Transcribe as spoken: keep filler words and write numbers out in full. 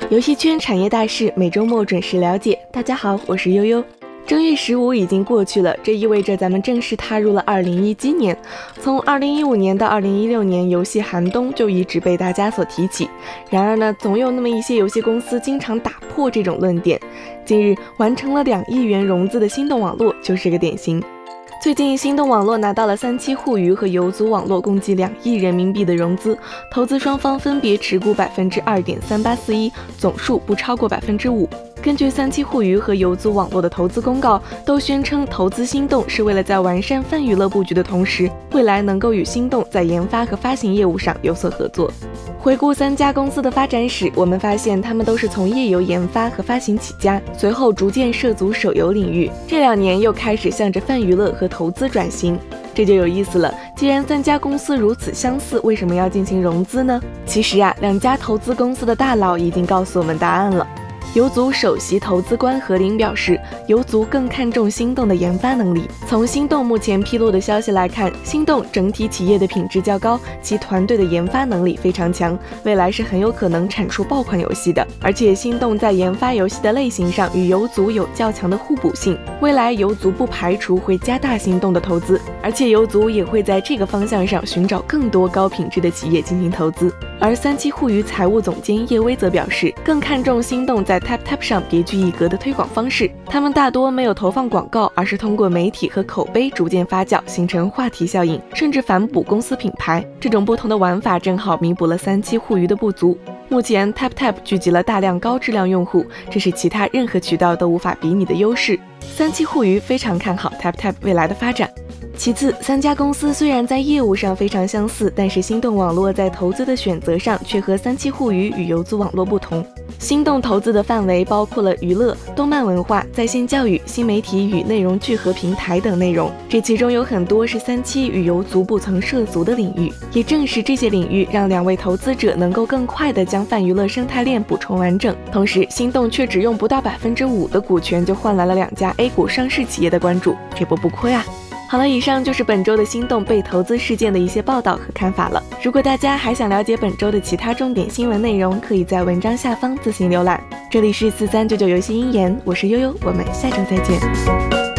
游戏圈产业大事，每周末准时了解。大家好，我是悠悠。正月十五已经过去了，这意味着咱们正式踏入了二零一七年。从二零一五年到二零一六年，游戏寒冬就一直被大家所提起。然而呢，总有那么一些游戏公司经常打破这种论点。近日完成了两亿元融资的心动网络就是个典型。最近，心动网络拿到了三七互娱和游族网络共计两亿人民币的融资，投资双方分别持股百分之二点三八四一，总数不超过百分之五。根据三七互娱和游族网络的投资公告，都宣称投资心动是为了在完善泛娱乐布局的同时，未来能够与心动在研发和发行业务上有所合作。回顾三家公司的发展史，我们发现他们都是从页游研发和发行起家，随后逐渐涉足手游领域，这两年又开始向着泛娱乐和投资转型。这就有意思了，既然三家公司如此相似，为什么要进行融资呢？其实啊，两家投资公司的大佬已经告诉我们答案了。游族首席投资官何林表示，游族更看重心动的研发能力。从心动目前披露的消息来看，心动整体企业的品质较高，其团队的研发能力非常强，未来是很有可能产出爆款游戏的。而且心动在研发游戏的类型上与游族有较强的互补性，未来游族不排除会加大心动的投资，而且游族也会在这个方向上寻找更多高品质的企业进行投资。而三七互娱财务总监叶威则表示，更看重心动在 TapTap 上别具一格的推广方式，他们大多没有投放广告，而是通过媒体和口碑逐渐发酵，形成话题效应，甚至反哺公司品牌。这种不同的玩法正好弥补了三七互娱的不足。目前 TapTap 聚集了大量高质量用户，这是其他任何渠道都无法比拟的优势。三七互娱非常看好 TapTap 未来的发展。其次，三家公司虽然在业务上非常相似，但是心动网络在投资的选择上却和三七互娱与游族网络不同。心动投资的范围包括了娱乐、动漫文化、在线教育、新媒体与内容聚合平台等内容，这其中有很多是三七与游族不曾涉足的领域。也正是这些领域，让两位投资者能够更快地将泛娱乐生态链补充完整。同时，心动却只用不到百分之五的股权就换来了两家 A 股上市企业的关注，这波不亏啊！好了，以上就是本周的心动被投资事件的一些报道和看法了。如果大家还想了解本周的其他重点新闻内容，可以在文章下方自行浏览。这里是四三九九游戏鹰眼，我是悠悠，我们下周再见。